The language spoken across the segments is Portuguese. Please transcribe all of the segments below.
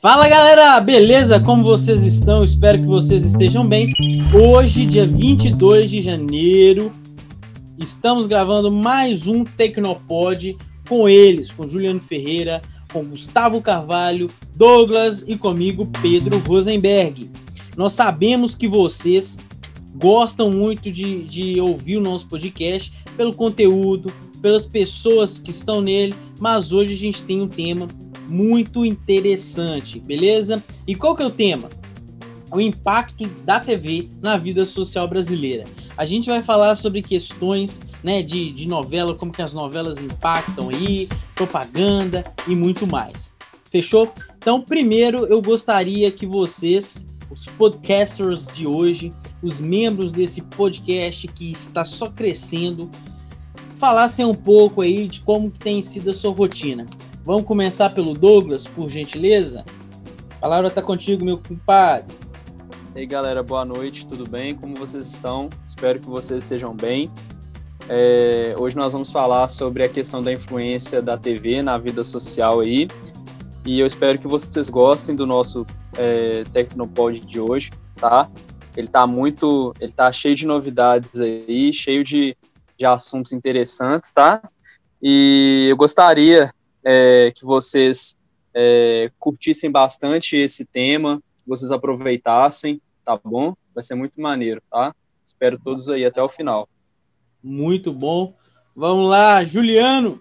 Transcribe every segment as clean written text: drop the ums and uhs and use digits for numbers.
Fala galera, beleza? Como vocês estão? Espero que vocês estejam bem. Hoje, dia 22 de janeiro, estamos gravando mais um Tecnopod com eles, com Juliano Ferreira, com Gustavo Carvalho, Douglas e comigo, Pedro Rosenberg. Nós sabemos que vocês gostam muito de ouvir o nosso podcast pelo conteúdo, pelas pessoas que estão nele, mas hoje a gente tem um tema muito interessante, beleza? E qual que é o tema? O impacto da TV na vida social brasileira. A gente vai falar sobre questões, né, de novela, como que as novelas impactam aí, propaganda e muito mais. Fechou? Então, primeiro eu gostaria que vocês, os podcasters de hoje, os membros desse podcast que está só crescendo, falassem um pouco aí de como que tem sido a sua rotina. Vamos começar pelo Douglas, por gentileza? A palavra está contigo, meu compadre. E aí, galera, boa noite, tudo bem? Como vocês estão? Espero que vocês estejam bem. Hoje nós vamos falar sobre a questão da influência da TV na vida social aí. E eu espero que vocês gostem do nosso Tecnopod de hoje, tá? Ele tá cheio de novidades aí, cheio de assuntos interessantes, tá? E eu gostaria que vocês curtissem bastante esse tema, que vocês aproveitassem, tá bom? Vai ser muito maneiro, tá? Espero todos aí até o final. Muito bom. Vamos lá, Juliano.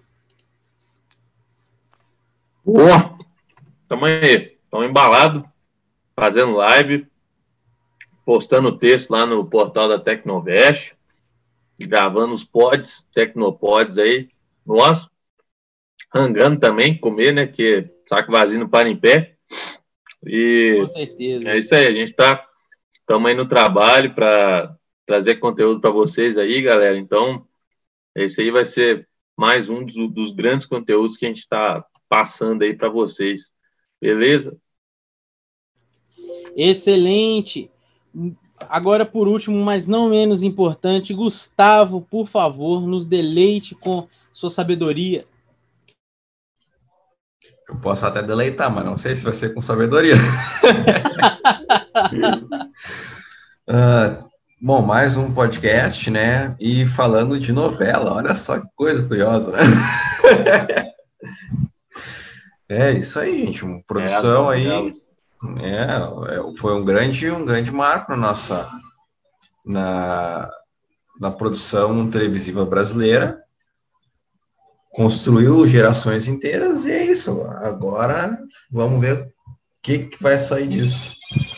Boa! Tamo aí, estamos embalados, fazendo live, postando texto lá no portal da Tecnovest, gravando os pods, Tecnopods aí, nossa, rangando também, comer, né, que saco vazio não para em pé, e com certeza. É isso aí, a gente estamos aí no trabalho para trazer conteúdo para vocês aí, galera, então, esse aí vai ser mais um dos grandes conteúdos que a gente está passando aí para vocês, beleza? Excelente. Agora, por último, mas não menos importante, Gustavo, por favor, nos deleite com sua sabedoria. Eu posso até deleitar, mas não sei se vai ser com sabedoria. Bom, mais um podcast, né? E falando de novela, olha só que coisa curiosa, né? É isso aí, gente. Uma produção aí. Foi um grande marco na produção televisiva brasileira. Construiu gerações inteiras e é isso. Agora vamos ver o que vai sair disso.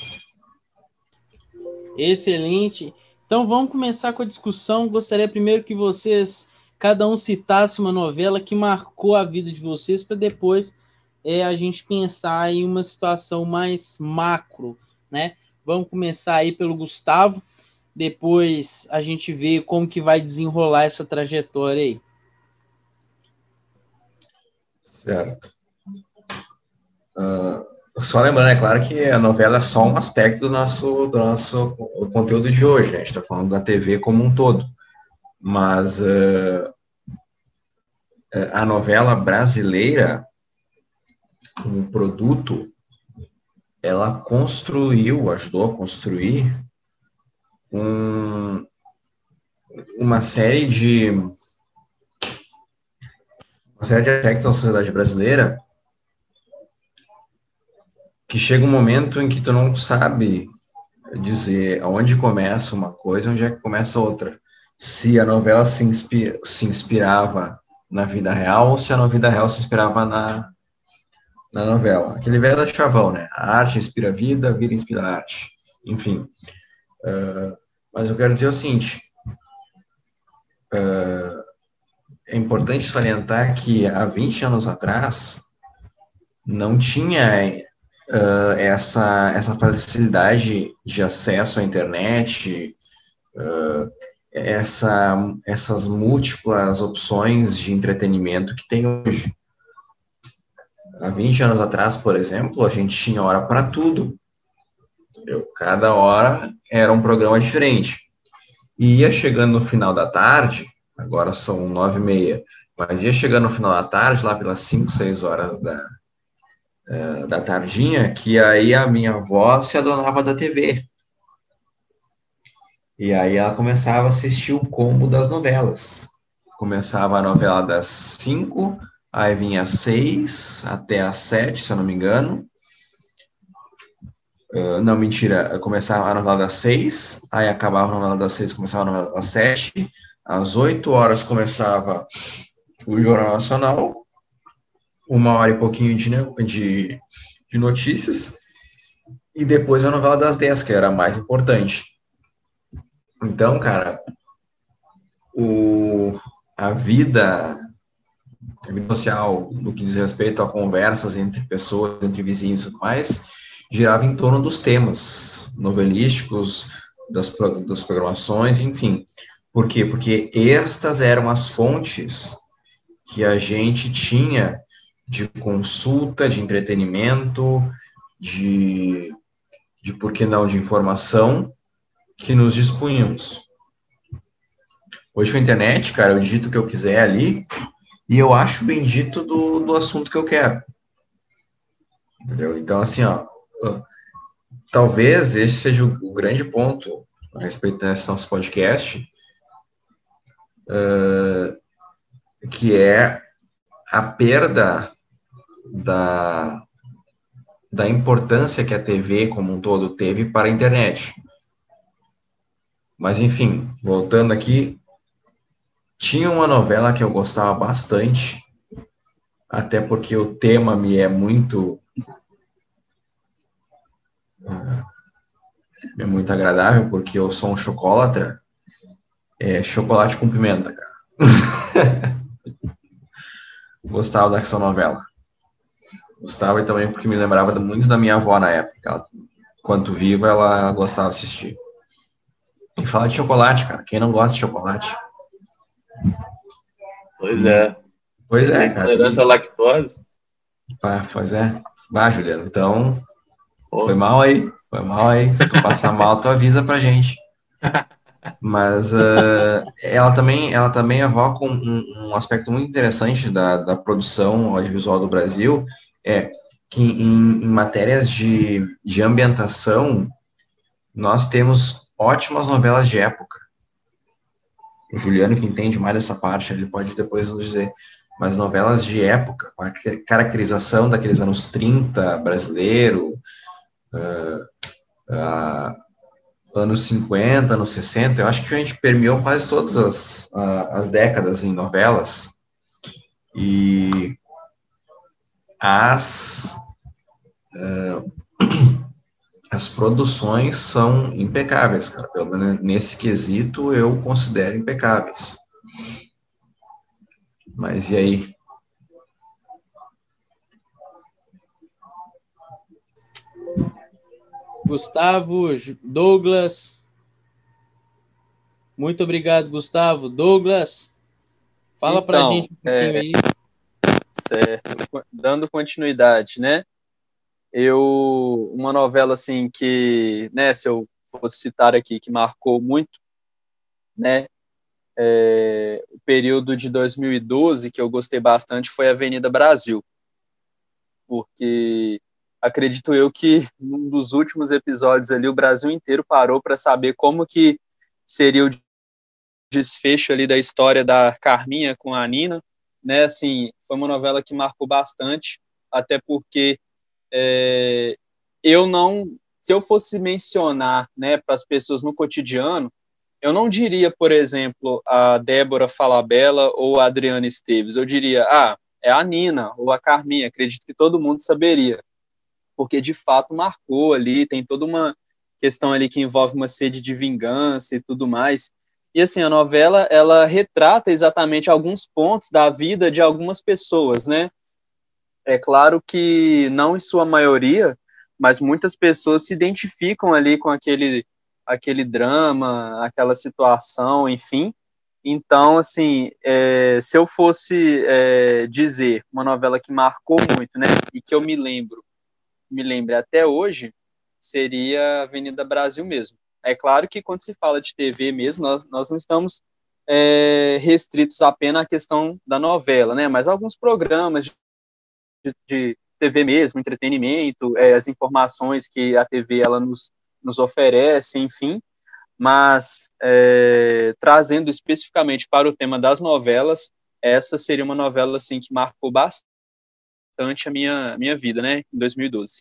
Excelente. Então vamos começar com a discussão. Gostaria primeiro que vocês, cada um citasse uma novela que marcou a vida de vocês, para depois a gente pensar em uma situação mais macro, né? Vamos começar aí pelo Gustavo, depois a gente vê como que vai desenrolar essa trajetória aí. Certo. Só lembrando, é claro que a novela é só um aspecto do nosso conteúdo de hoje, né? A gente está falando da TV como um todo. Mas a novela brasileira, como produto, ela ajudou a construir uma série de aspectos da sociedade brasileira que chega um momento em que tu não sabe dizer aonde começa uma coisa e onde é que começa outra. Se a novela se inspirava na vida real ou se a vida real se inspirava na novela. Aquele velho chavão, né? A arte inspira a vida inspira a arte. Enfim. Mas eu quero dizer o seguinte. É importante salientar que há 20 anos atrás não tinha essa facilidade de acesso à internet, essas múltiplas opções de entretenimento que tem hoje. Há 20 anos atrás, por exemplo, a gente tinha hora para tudo. Entendeu? Cada hora era um programa diferente. E ia chegando no final da tarde, agora são 9h30, mas ia chegando no final da tarde, lá pelas 5, 6 horas da tardinha, que aí a minha avó se adonava da TV. E aí ela começava a assistir o combo das novelas. Começava a novela das 5, aí vinha às 6 até às 7, se eu não me engano. Não, mentira, começava a novela das 6, aí acabava a novela das 6, começava a novela das 7, às 8 horas começava o Jornal Nacional, 1 hora e pouquinho de notícias, e depois a novela das 10, que era a mais importante. Então, cara, a vida social, no que diz respeito a conversas entre pessoas, entre vizinhos e tudo mais, girava em torno dos temas novelísticos, das programações, enfim. Por quê? Porque estas eram as fontes que a gente tinha de consulta, de entretenimento, de por que não, de informação que nos dispunhamos. Hoje com a internet, cara, eu digito o que eu quiser ali e eu acho bendito do assunto que eu quero. Entendeu? Então, assim, talvez esse seja o grande ponto a respeito desse nosso podcast, que é a perda da importância que a TV como um todo teve para a internet. Mas, enfim, voltando aqui, tinha uma novela que eu gostava bastante, até porque o tema me é muito agradável, porque eu sou um chocolatra, Chocolate com Pimenta, cara. Gostava dessa novela. Gostava e também porque me lembrava muito da minha avó na época. Ela, enquanto viva, ela gostava de assistir. E fala de chocolate, cara. Quem não gosta de chocolate? Pois é. Pois é, cara. Intolerância à lactose. Pois é. Vai, Juliano. Então, foi mal aí. Foi mal aí. Se tu passar mal, tu avisa pra gente. Mas ela também evoca um aspecto muito interessante da produção audiovisual do Brasil, que em matérias de ambientação, nós temos ótimas novelas de época. O Juliano, que entende mais dessa parte, ele pode depois nos dizer, mas novelas de época, com a caracterização daqueles anos 30 brasileiro, anos 50, anos 60, eu acho que a gente permeou quase todas as décadas em novelas, e as produções são impecáveis, cara. Pelo menos nesse quesito eu considero impecáveis. Mas e aí? Gustavo, Douglas. Muito obrigado, Gustavo. Douglas, fala pra gente um pouquinho aí. Certo. Dando continuidade, né? Uma novela, assim, que, né, se eu fosse citar aqui, que marcou muito, né, o período de 2012, que eu gostei bastante, foi Avenida Brasil. Porque acredito eu que num dos últimos episódios ali, o Brasil inteiro parou para saber como que seria o desfecho ali da história da Carminha com a Nina, né, assim, foi uma novela que marcou bastante, até porque se eu fosse mencionar, né, para as pessoas no cotidiano, eu não diria, por exemplo, a Débora Falabella ou a Adriana Esteves, eu diria, é a Nina ou a Carminha, acredito que todo mundo saberia, porque de fato marcou ali, tem toda uma questão ali que envolve uma sede de vingança e tudo mais. E assim, a novela, ela retrata exatamente alguns pontos da vida de algumas pessoas, né? É claro que não em sua maioria, mas muitas pessoas se identificam ali com aquele drama, aquela situação, enfim. Então, assim, se eu fosse dizer uma novela que marcou muito, né, e que eu me lembre até hoje, seria Avenida Brasil mesmo. É claro que quando se fala de TV mesmo, nós não estamos restritos apenas à questão da novela, né? Mas alguns programas de TV mesmo, entretenimento, as informações que a TV ela nos oferece, enfim, mas trazendo especificamente para o tema das novelas, essa seria uma novela assim, que marcou bastante a minha vida, né, em 2012.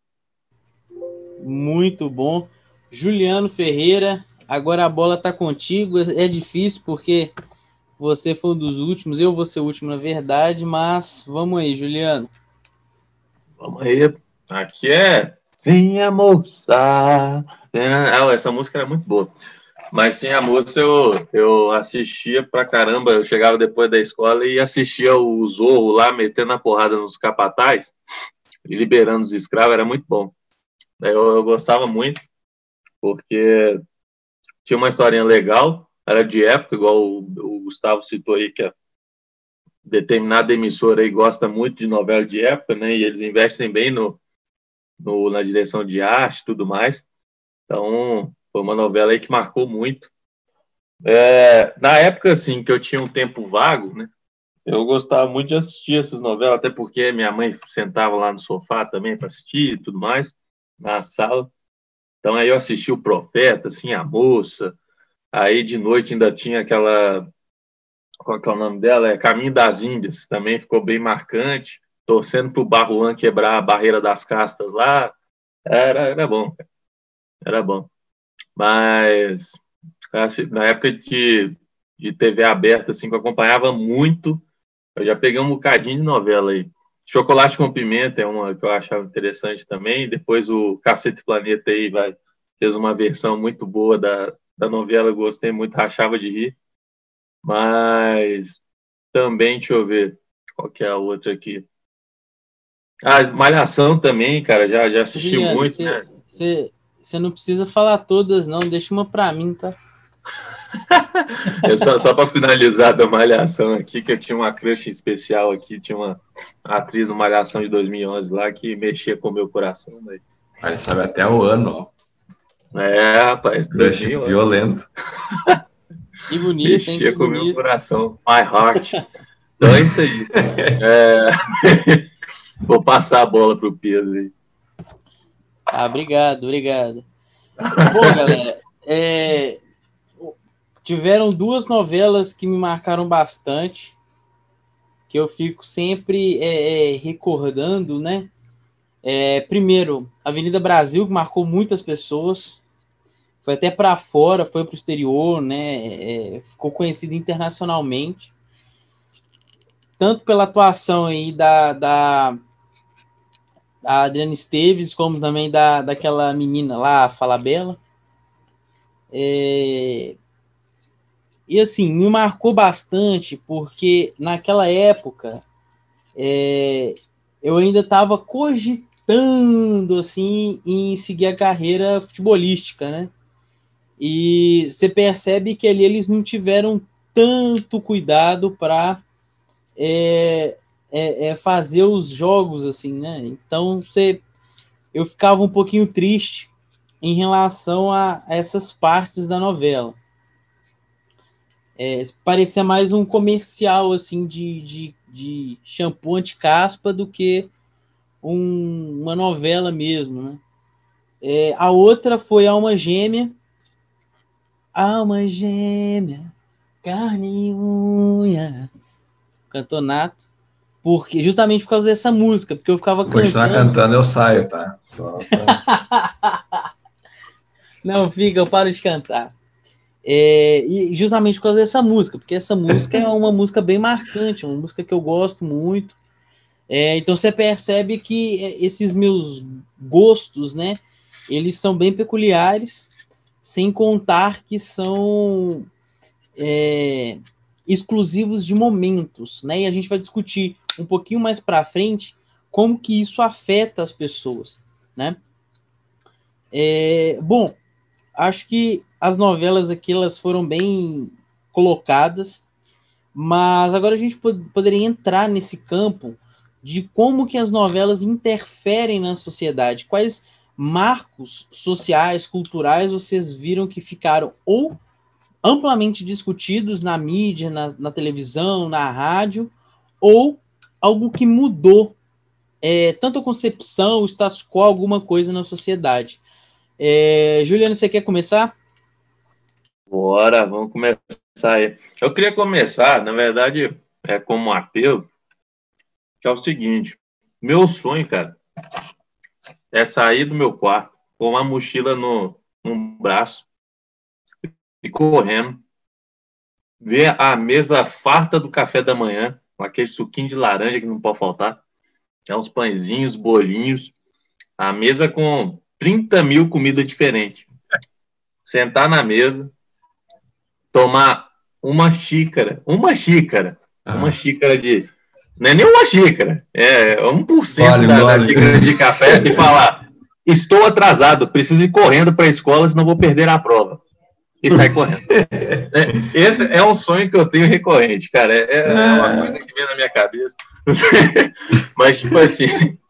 Muito bom. Juliano Ferreira, agora a bola está contigo. É difícil porque você foi um dos últimos, eu vou ser o último, na verdade, mas vamos aí, Juliano. Vamos aí. Aqui é Sim, a moça. Essa música era muito boa. Mas Sim, a moça eu assistia pra caramba. Eu chegava depois da escola e assistia o Zorro lá metendo a porrada nos capatazes e liberando os escravos. Era muito bom. Eu gostava muito porque tinha uma historinha legal. Era de época, igual o Gustavo citou aí, que a determinada emissora aí gosta muito de novela de época, né? E eles investem bem na direção de arte e tudo mais. Então, foi uma novela aí que marcou muito. Na época, assim, que eu tinha um tempo vago, né? Eu gostava muito de assistir essas novelas, até porque minha mãe sentava lá no sofá também para assistir e tudo mais, na sala. Então, aí eu assisti o Profeta, assim, a moça. Aí, de noite, ainda tinha aquela... Qual que é o nome dela? Caminho das Índias. Também ficou bem marcante. Torcendo para o Barruan quebrar a barreira das castas lá. Era bom, cara. Era bom. Mas, assim, na época de TV aberta, assim, que eu acompanhava muito, eu já peguei um bocadinho de novela aí. Chocolate com Pimenta é uma que eu achava interessante também. Depois o Cacete Planeta aí fez uma versão muito boa da novela, eu gostei muito, rachava de rir. Mas também, deixa eu ver qual que é a outra aqui. Malhação também, cara, já assisti Juliano, muito, né? Você não precisa falar todas, não. Deixa uma pra mim, tá? Só para finalizar da Malhação aqui, que eu tinha uma crush especial aqui, tinha uma atriz no Malhação de 2011 lá que mexia com o meu coração. Daí. Ele sabe até o ano, ó. Rapaz, crush violento. Que bonito, mexia hein? com o meu coração, my heart. Então é isso aí. Vou passar a bola pro Pedro aí. Obrigado. Bom, galera, tiveram duas novelas que me marcaram bastante, que eu fico sempre recordando, né? Primeiro, Avenida Brasil, que marcou muitas pessoas, foi até para fora, foi para o exterior, né? Ficou conhecido internacionalmente, tanto pela atuação aí da Adriana Esteves, como também daquela menina lá, Falabella. E assim, me marcou bastante, porque naquela época eu ainda estava cogitando assim, em seguir a carreira futebolística, né? E você percebe que ali eles não tiveram tanto cuidado para fazer os jogos, assim, né? Então eu ficava um pouquinho triste em relação a essas partes da novela. Parecia mais um comercial assim de shampoo anti-caspa do que uma novela mesmo, né? A outra foi Alma Gêmea, carne e unha, Cantonato, porque justamente por causa dessa música, porque eu ficava cantando. Continuar cantando eu saio, tá? Não, fica, eu paro de cantar. E justamente por causa dessa música, porque essa música é uma música bem marcante, uma música que eu gosto muito. Então você percebe que esses meus gostos, né, eles são bem peculiares, sem contar que são exclusivos de momentos, né? E a gente vai discutir um pouquinho mais para frente como que isso afeta as pessoas, né? Bom, acho que as novelas aqui elas foram bem colocadas, mas agora a gente poderia entrar nesse campo de como que as novelas interferem na sociedade. Quais marcos sociais, culturais vocês viram que ficaram ou amplamente discutidos na mídia, na televisão, na rádio, ou algo que mudou tanto a concepção, o status quo, alguma coisa na sociedade. Juliano, você quer começar? Bora, vamos começar aí. Eu queria começar, na verdade, como um apelo, que é o seguinte: meu sonho, cara, é sair do meu quarto com uma mochila no braço e correndo, ver a mesa farta do café da manhã, com aquele suquinho de laranja que não pode faltar, uns pãezinhos, bolinhos, a mesa com 30 mil comidas diferentes. Sentar na mesa, tomar uma xícara de... Não é nem uma xícara, é 1% da xícara de café e falar: estou atrasado, preciso ir correndo para a escola, senão vou perder a prova. E sai correndo. Esse é um sonho que eu tenho recorrente, cara. É uma coisa que vem na minha cabeça. Mas, tipo assim,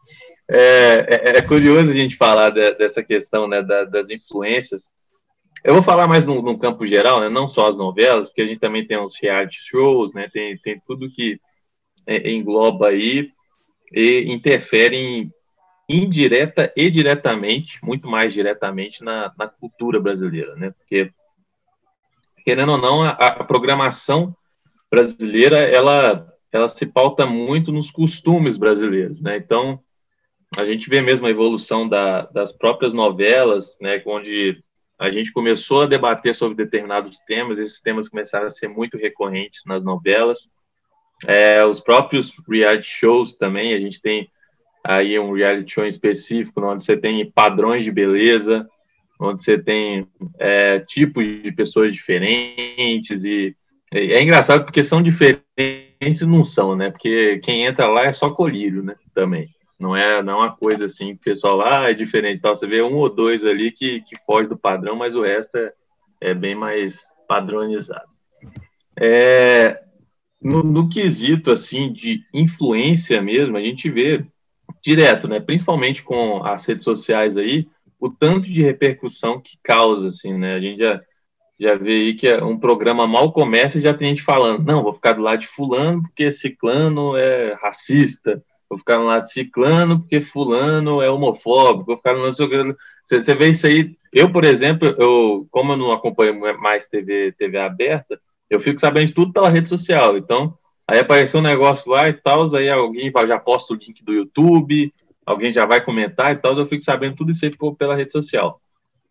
é curioso a gente falar dessa questão, né, das influências. Eu vou falar mais no campo geral, né, não só as novelas, porque a gente também tem os reality shows, né, tem tudo que engloba aí e interfere indireta e diretamente, muito mais diretamente na cultura brasileira, né? Porque, querendo ou não, a programação brasileira, ela se pauta muito nos costumes brasileiros, né? Então, a gente vê mesmo a evolução das próprias novelas, né? Onde a gente começou a debater sobre determinados temas, esses temas começaram a ser muito recorrentes nas novelas. Os próprios reality shows também, a gente tem aí um reality show específico, onde você tem padrões de beleza, onde você tem tipos de pessoas diferentes, e é engraçado porque são diferentes e não são, né? Porque quem entra lá é só colírio, né? Também. Não é uma coisa assim, que o pessoal lá é diferente. Então, você vê um ou dois ali que foge do padrão, mas o resto é bem mais padronizado. No quesito, assim, de influência mesmo, a gente vê direto, né? Principalmente com as redes sociais aí, o tanto de repercussão que causa, assim, né? A gente já vê aí que um programa mal começa e já tem gente falando: não, vou ficar do lado de fulano porque ciclano é racista, vou ficar do lado de ciclano porque fulano é homofóbico, vou ficar do lado de... Você vê isso aí. Eu, por exemplo, como eu não acompanho mais TV aberta, eu fico sabendo de tudo pela rede social. Então, aí apareceu um negócio lá e tal, aí alguém já posta o link do YouTube, alguém já vai comentar e tal, eu fico sabendo tudo isso aí pela rede social.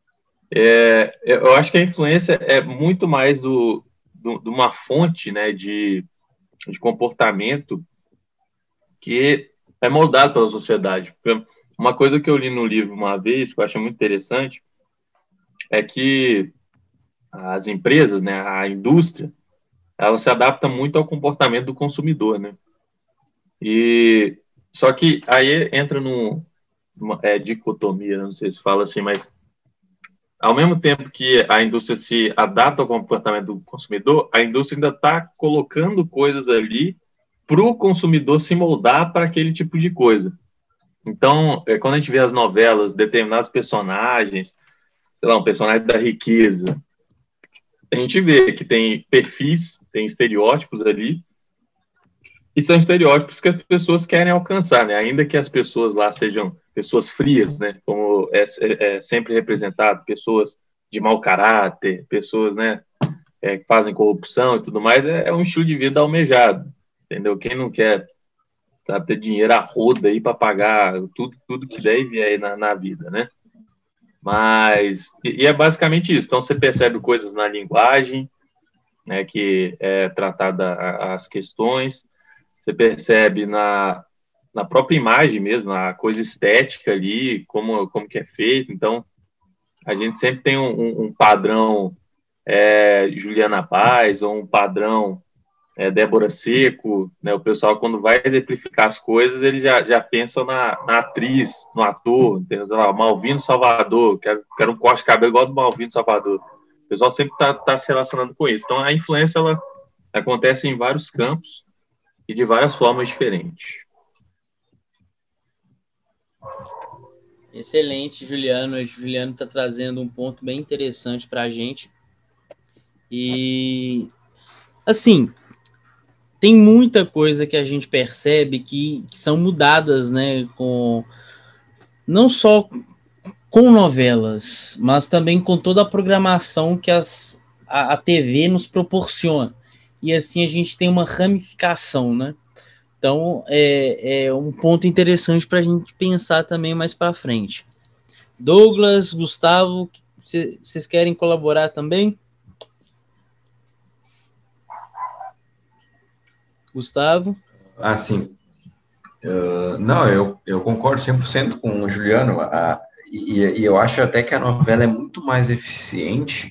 Eu acho que a influência é muito mais de uma fonte, né, de comportamento que é moldado pela sociedade. Uma coisa que eu li no livro uma vez, que eu acho muito interessante, é que as empresas, né, a indústria, ela se adapta muito ao comportamento do consumidor, né? E só que aí entra numa dicotomia, não sei se fala assim, mas ao mesmo tempo que a indústria se adapta ao comportamento do consumidor, a indústria ainda está colocando coisas ali para o consumidor se moldar para aquele tipo de coisa. Então, quando a gente vê as novelas, determinados personagens, sei lá, um personagem da riqueza, a gente vê que tem perfis, tem estereótipos ali, e são estereótipos que as pessoas querem alcançar, né? Ainda que as pessoas lá sejam pessoas frias, né? Como é sempre representado, pessoas de mau caráter, pessoas, né, que fazem corrupção e tudo mais, é um estilo de vida almejado, entendeu? Quem não quer, sabe, ter dinheiro a roda aí para pagar tudo que der e vier aí na vida, né? Mas, e é basicamente isso. Então, você percebe coisas na linguagem, né, que é tratada as questões, você percebe na própria imagem mesmo, a coisa estética ali, como que é feito. Então, a gente sempre tem um padrão Juliana Paz, ou um padrão Débora Seco, né? O pessoal, quando vai exemplificar as coisas, ele já pensa na atriz, no ator, entendeu? Lá, Malvino Salvador, quero um corte de cabelo igual do Malvino Salvador. O pessoal sempre tá se relacionando com isso. Então, a influência, ela acontece em vários campos e de várias formas diferentes. Excelente, Juliano. O Juliano está trazendo um ponto bem interessante para a gente. E, assim, tem muita coisa que a gente percebe que são mudadas, né, não só com novelas, mas também com toda a programação que a TV nos proporciona. E assim a gente tem uma ramificação, né? Então é um ponto interessante para a gente pensar também mais para frente. Douglas, Gustavo, vocês querem colaborar também? Gustavo? Sim. Não, eu concordo 100% com o Juliano, e eu acho até que a novela é muito mais eficiente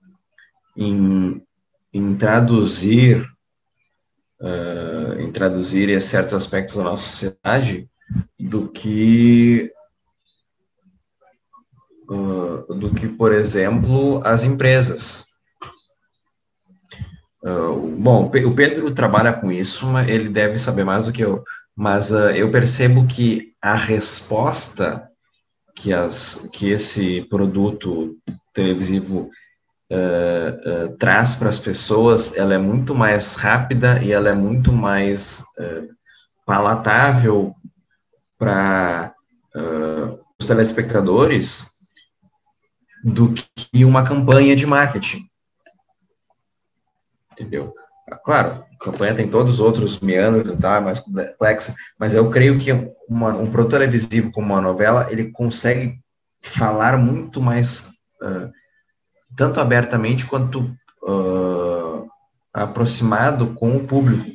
em traduzir certos aspectos da nossa sociedade do que, por exemplo, as empresas. Bom, o Pedro trabalha com isso, mas ele deve saber mais do que eu. Mas eu percebo que a resposta que esse produto televisivo traz para as pessoas, ela é muito mais rápida e ela é muito mais palatável para os telespectadores do que uma campanha de marketing. Entendeu? Claro, a campanha tem todos os outros meandros, tá, mais complexa, mas eu creio que um produto televisivo como uma novela, ele consegue falar muito mais, tanto abertamente quanto aproximado com o público.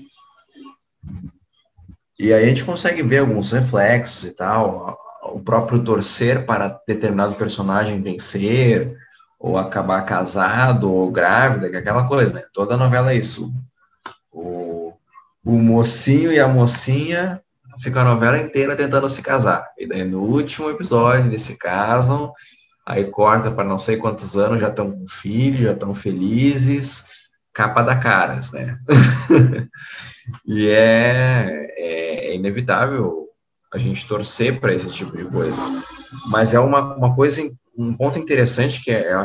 E aí a gente consegue ver alguns reflexos e tal, o próprio torcer para determinado personagem vencer, ou acabar casado, ou grávida, que é aquela coisa, né? Toda novela é isso. O mocinho e a mocinha ficam a novela inteira tentando se casar. E daí no último episódio eles se casam, aí corta para não sei quantos anos, já estão com filho, já estão felizes, capa da Caras, né? E é inevitável a gente torcer para esse tipo de coisa. Mas é uma coisa, um ponto interessante que eu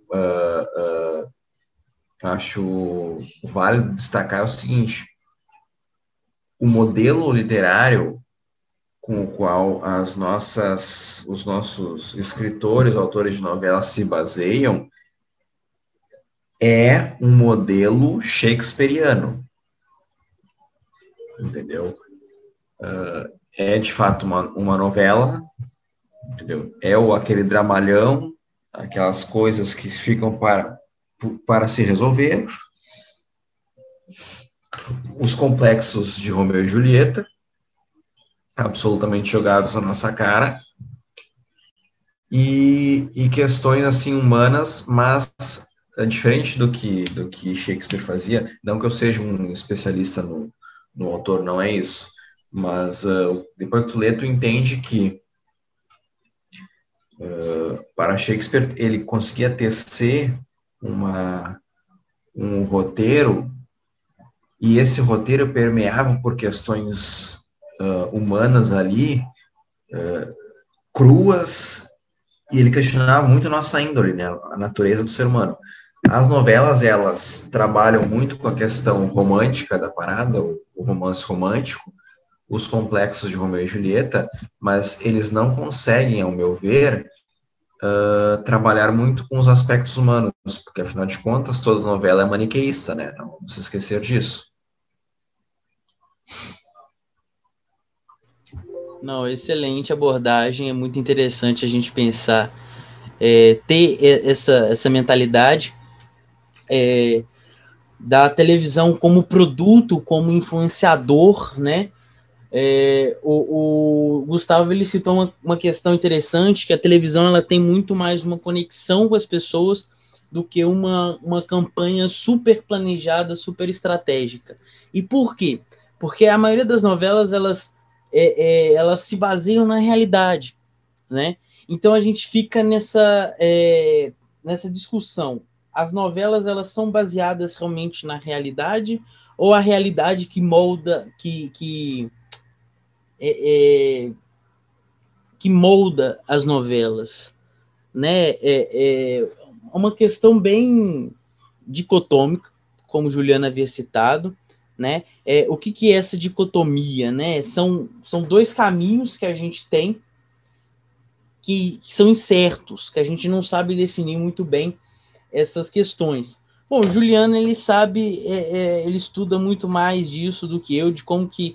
acho válido destacar é o seguinte: o modelo literário com o qual os nossos escritores, autores de novelas se baseiam é um modelo shakespeariano, entendeu? É de fato uma novela, entendeu? É aquele dramalhão, aquelas coisas que ficam para se resolver, os complexos de Romeu e Julieta, absolutamente jogados na nossa cara, e questões assim humanas, mas diferente do que Shakespeare fazia. Não que eu seja um especialista no autor, não é isso, mas depois que tu lê, tu entende que para Shakespeare ele conseguia tecer um roteiro, e esse roteiro permeava por questões humanas ali, cruas, e ele questionava muito a nossa índole, né, a natureza do ser humano. As novelas, elas trabalham muito com a questão romântica da parada, o romance romântico, os complexos de Romeu e Julieta, mas eles não conseguem, ao meu ver, trabalhar muito com os aspectos humanos, porque, afinal de contas, toda novela é maniqueísta, né? Não vamos se esquecer disso. Não, excelente abordagem, é muito interessante a gente pensar, ter essa mentalidade da televisão como produto, como influenciador, né? O Gustavo, ele citou uma questão interessante, que a televisão ela tem muito mais uma conexão com as pessoas do que uma campanha super planejada, super estratégica. E por quê? Porque a maioria das novelas, elas se baseiam na realidade, né? Então a gente fica nessa discussão. As novelas, elas são baseadas realmente na realidade, ou a realidade que molda, que molda as novelas, né? É uma questão bem dicotômica, como Juliana havia citado, né? O que é essa dicotomia, né? São dois caminhos que a gente tem que são incertos, que a gente não sabe definir muito bem essas questões. Bom, o Juliano, ele sabe, ele estuda muito mais disso do que eu, de como que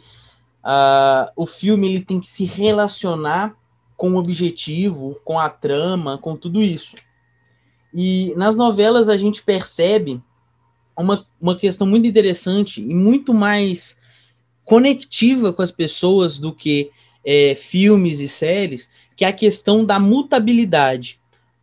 o filme ele tem que se relacionar com o objetivo, com a trama, com tudo isso. E nas novelas a gente percebe uma questão muito interessante e muito mais conectiva com as pessoas do que filmes e séries, que é a questão da mutabilidade.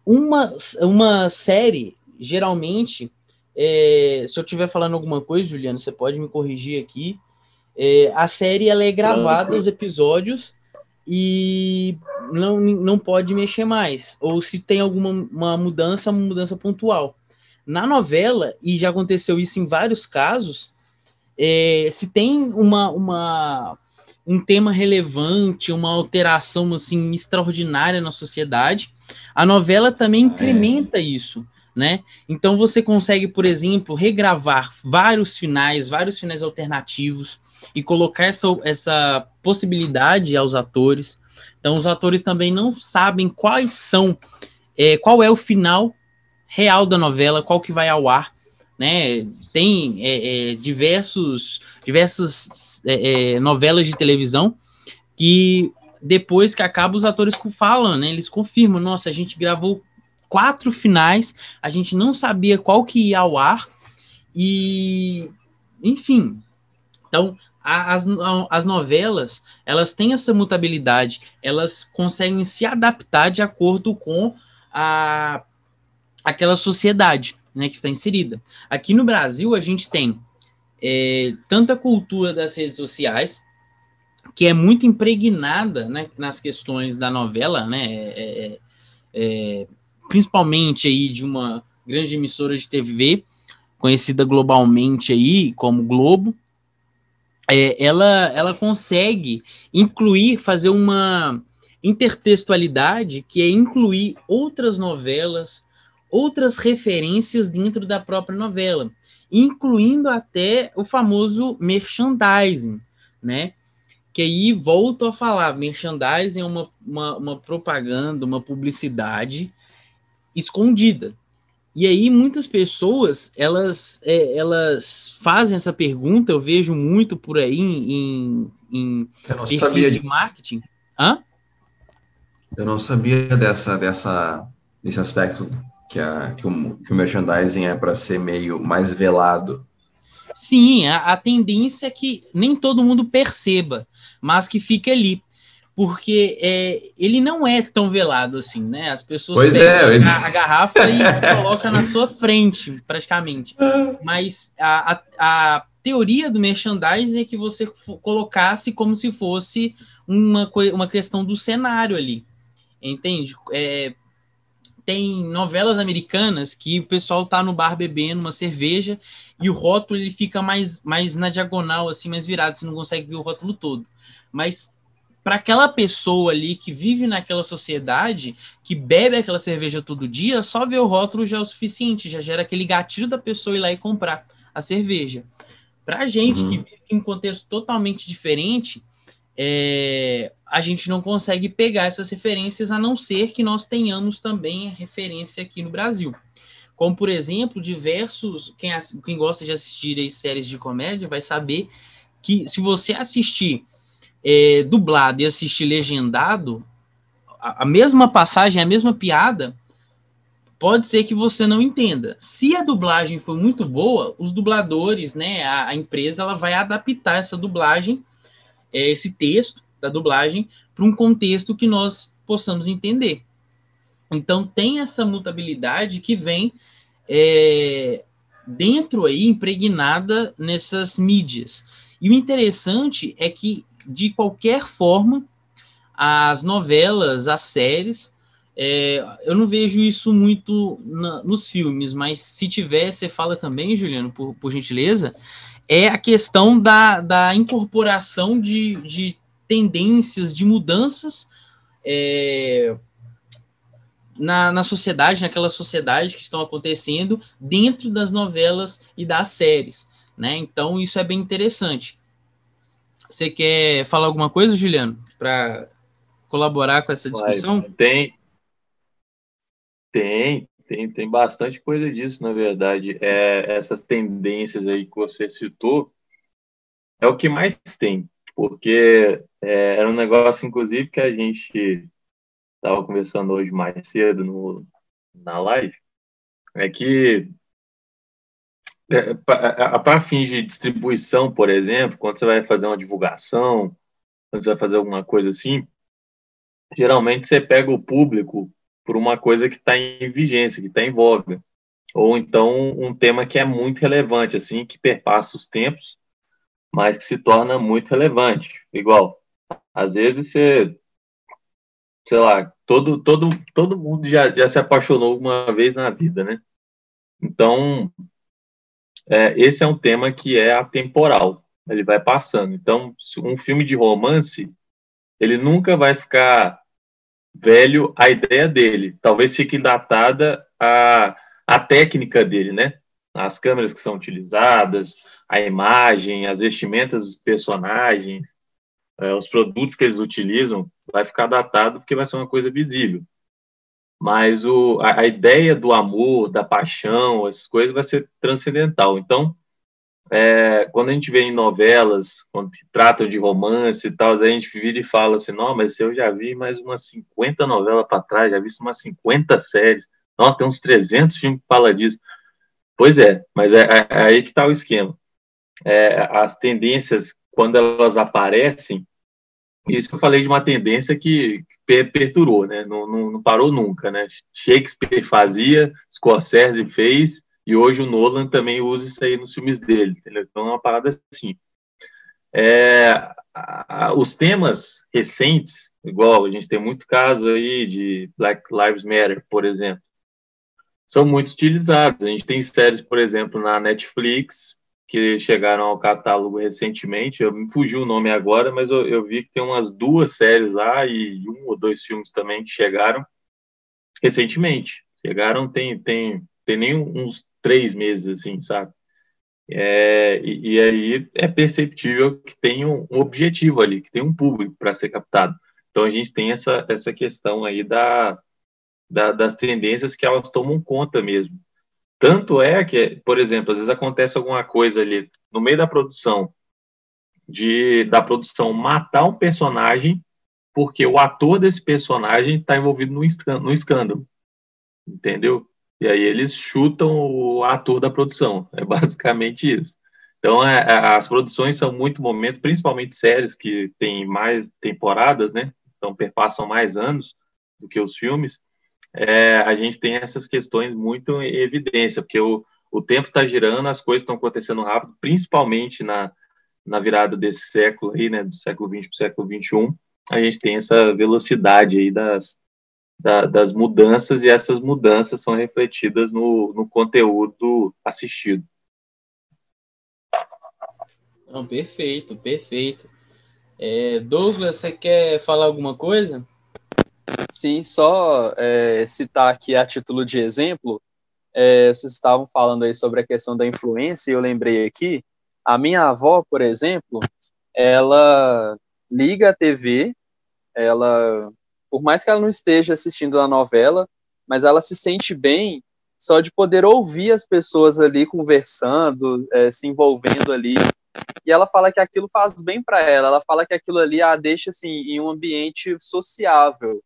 Uma série, geralmente, se eu estiver falando alguma coisa, Juliano, você pode me corrigir aqui, a série ela é gravada, os episódios, e não pode mexer mais. Ou se tem uma mudança pontual. Na novela, e já aconteceu isso em vários casos, se tem um tema relevante, uma alteração assim, extraordinária na sociedade, a novela também incrementa isso, né? Então você consegue, por exemplo, regravar vários finais alternativos e colocar essa possibilidade aos atores. Então os atores também não sabem qual é o final real da novela, qual que vai ao ar, né? Tem diversas novelas de televisão que depois que acaba os atores falam, né? Eles confirmam, nossa, a gente gravou 4 finais, a gente não sabia qual que ia ao ar e, enfim. Então, as novelas, elas têm essa mutabilidade, elas conseguem se adaptar de acordo com aquela sociedade, né, que está inserida. Aqui no Brasil, a gente tem tanta cultura das redes sociais, que é muito impregnada, né, nas questões da novela, né, principalmente aí de uma grande emissora de TV, conhecida globalmente aí como Globo. Ela consegue fazer uma intertextualidade, que é incluir outras novelas, outras referências dentro da própria novela, incluindo até o famoso merchandising, né? Que aí volto a falar, merchandising é uma propaganda, uma publicidade escondida. E aí muitas pessoas, elas fazem essa pergunta, eu vejo muito por aí em perfis de marketing. Hã? Eu não sabia desse aspecto que o merchandising é para ser meio mais velado. Sim, a tendência é que nem todo mundo perceba, mas que fique ali. Porque ele não é tão velado assim, né? As pessoas pegam a garrafa e colocam na sua frente, praticamente. Mas a teoria do merchandising é que você colocasse como se fosse uma questão do cenário ali. Entende? Tem novelas americanas que o pessoal tá no bar bebendo uma cerveja e o rótulo ele fica mais na diagonal, assim, mais virado, você não consegue ver o rótulo todo. Mas para aquela pessoa ali que vive naquela sociedade, que bebe aquela cerveja todo dia, só ver o rótulo já é o suficiente, já gera aquele gatilho da pessoa ir lá e comprar a cerveja. Para a gente que vive em um contexto totalmente diferente, a gente não consegue pegar essas referências, a não ser que nós tenhamos também a referência aqui no Brasil. Como, por exemplo, quem gosta de assistir aí séries de comédia vai saber que se você assistir dublado e assistir legendado, a mesma passagem, a mesma piada, pode ser que você não entenda. Se a dublagem for muito boa, os dubladores, né, a empresa, ela vai adaptar essa dublagem, esse texto da dublagem, para um contexto que nós possamos entender. Então, tem essa mutabilidade que vem dentro aí, impregnada nessas mídias. E o interessante é que, de qualquer forma, as novelas, as séries, eu não vejo isso muito nos filmes, mas se tiver, você fala também, Juliano, por gentileza, é a questão da incorporação de tendências, de mudanças na sociedade, naquela sociedade que estão acontecendo dentro das novelas e das séries, né? Então, isso é bem interessante. Você quer falar alguma coisa, Juliano, para colaborar com essa discussão? Tem bastante coisa disso, na verdade. Essas tendências aí que você citou é o que mais tem, porque era um negócio, inclusive, que a gente estava conversando hoje mais cedo na live, é que para fins de distribuição, por exemplo, quando você vai fazer uma divulgação, quando você vai fazer alguma coisa assim, geralmente você pega o público por uma coisa que está em vigência, que está em voga, ou então um tema que é muito relevante, assim, que perpassa os tempos, mas que se torna muito relevante. Igual, às vezes você, sei lá, todo mundo já se apaixonou uma vez na vida, né? Então, esse é um tema que é atemporal, ele vai passando. Então, um filme de romance, ele nunca vai ficar velho a ideia dele. Talvez fique datada a técnica dele, né? As câmeras que são utilizadas, a imagem, as vestimentas dos personagens, os produtos que eles utilizam, vai ficar datado porque vai ser uma coisa visível. Mas a ideia do amor, da paixão, essas coisas vai ser transcendental. Então, quando a gente vê em novelas, quando tratam de romance e tal, a gente vira e fala assim, não, mas eu já vi mais umas 50 novelas para trás, já vi umas 50 séries, não, tem uns 300 filmes que falam disso. Pois é, mas é aí que está o esquema. As tendências, quando elas aparecem, isso que eu falei de uma tendência que perturou, né? Não parou nunca, né? Shakespeare fazia, Scorsese fez, e hoje o Nolan também usa isso aí nos filmes dele, entendeu? Então é uma parada assim. Os temas recentes, igual a gente tem muito caso aí de Black Lives Matter, por exemplo, são muito utilizados. A gente tem séries, por exemplo, na Netflix, que chegaram ao catálogo recentemente. Me fugiu o nome agora, mas eu vi que tem umas 2 séries lá e 1 ou 2 filmes também que chegaram recentemente. Chegaram tem nem uns 3 meses, assim, sabe? E aí é perceptível que tem um objetivo ali, que tem um público para ser captado. Então a gente tem essa questão aí das tendências que elas tomam conta mesmo. Tanto é que, por exemplo, às vezes acontece alguma coisa ali no meio da produção, da produção matar um personagem porque o ator desse personagem está envolvido no escândalo, entendeu? E aí eles chutam o ator da produção, é basicamente isso. Então, as produções são muito momentos, principalmente séries que têm mais temporadas, né? Então, perpassam mais anos do que os filmes. A gente tem essas questões muito em evidência, porque o tempo está girando, as coisas estão acontecendo rápido, principalmente na virada desse século aí, né, do século XX para o século XXI, a gente tem essa velocidade aí das mudanças, e essas mudanças são refletidas no conteúdo assistido. Não, perfeito, perfeito. Douglas, você quer falar alguma coisa? Sim, só citar aqui a título de exemplo, vocês estavam falando aí sobre a questão da influência, e eu lembrei aqui, a minha avó, por exemplo, ela liga a TV, por mais que ela não esteja assistindo a novela, mas ela se sente bem só de poder ouvir as pessoas ali conversando, se envolvendo ali, e ela fala que aquilo faz bem para ela fala que aquilo ali a deixa assim, em um ambiente sociável.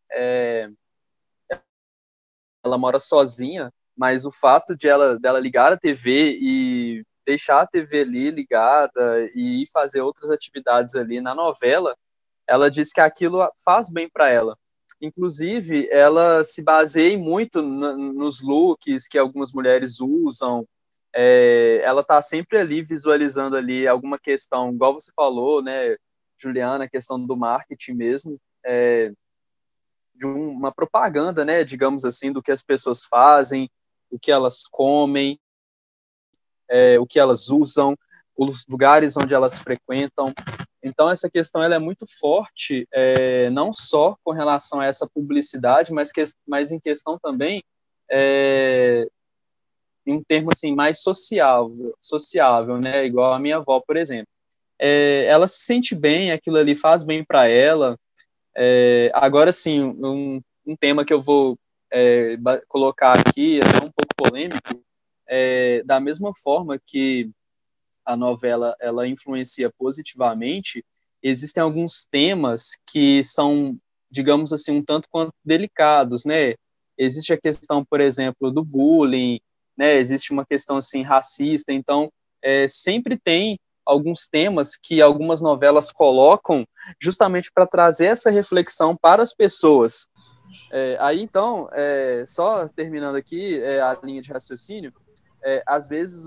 Ela mora sozinha, mas o fato dela ligar a TV e deixar a TV ali ligada e ir fazer outras atividades ali na novela, ela diz que aquilo faz bem para ela. Inclusive, ela se baseia muito nos looks que algumas mulheres usam. Ela está sempre ali visualizando ali alguma questão, igual você falou, né, Juliana, a questão do marketing mesmo, de uma propaganda, né, digamos assim, do que as pessoas fazem, o que elas comem, o que elas usam, os lugares onde elas frequentam. Então, essa questão ela é muito forte, não só com relação a essa publicidade, mas em questão também em um termo assim mais sociável, né? Igual a minha avó, por exemplo. Ela se sente bem, aquilo ali faz bem para ela. Agora sim, um tema que eu vou colocar aqui, é um pouco polêmico, da mesma forma que a novela ela influencia positivamente, existem alguns temas que são, digamos assim, um tanto quanto delicados, né? Existe a questão, por exemplo, do bullying, né? Existe uma questão assim racista, então sempre tem alguns temas que algumas novelas colocam justamente para trazer essa reflexão para as pessoas. Aí então, só terminando aqui a linha de raciocínio, às vezes